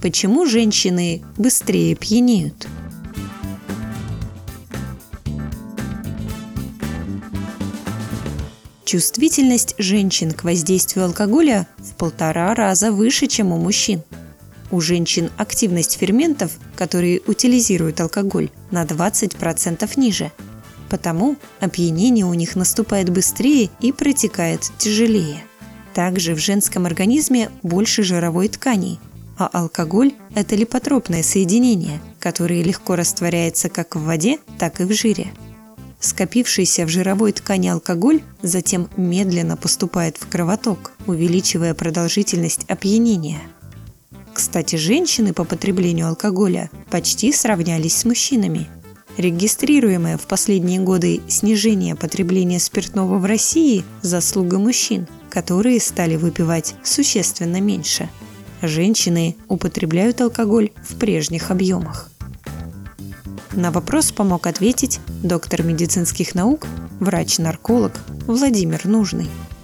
Почему женщины быстрее пьянеют? Чувствительность женщин к воздействию алкоголя в 1,5 раза выше, чем у мужчин. У женщин активность ферментов, которые утилизируют алкоголь, на 20% ниже. Потому опьянение у них наступает быстрее и протекает тяжелее. Также в женском организме больше жировой ткани, а алкоголь – это липотропное соединение, которое легко растворяется как в воде, так и в жире. Скопившийся в жировой ткани алкоголь затем медленно поступает в кровоток, увеличивая продолжительность опьянения. Кстати, женщины по потреблению алкоголя почти сравнялись с мужчинами. Регистрируемое в последние годы снижение потребления спиртного в России – заслуга мужчин, которые стали выпивать существенно меньше. Женщины употребляют алкоголь в прежних объемах. На вопрос помог ответить доктор медицинских наук, врач-нарколог Владимир Нужный.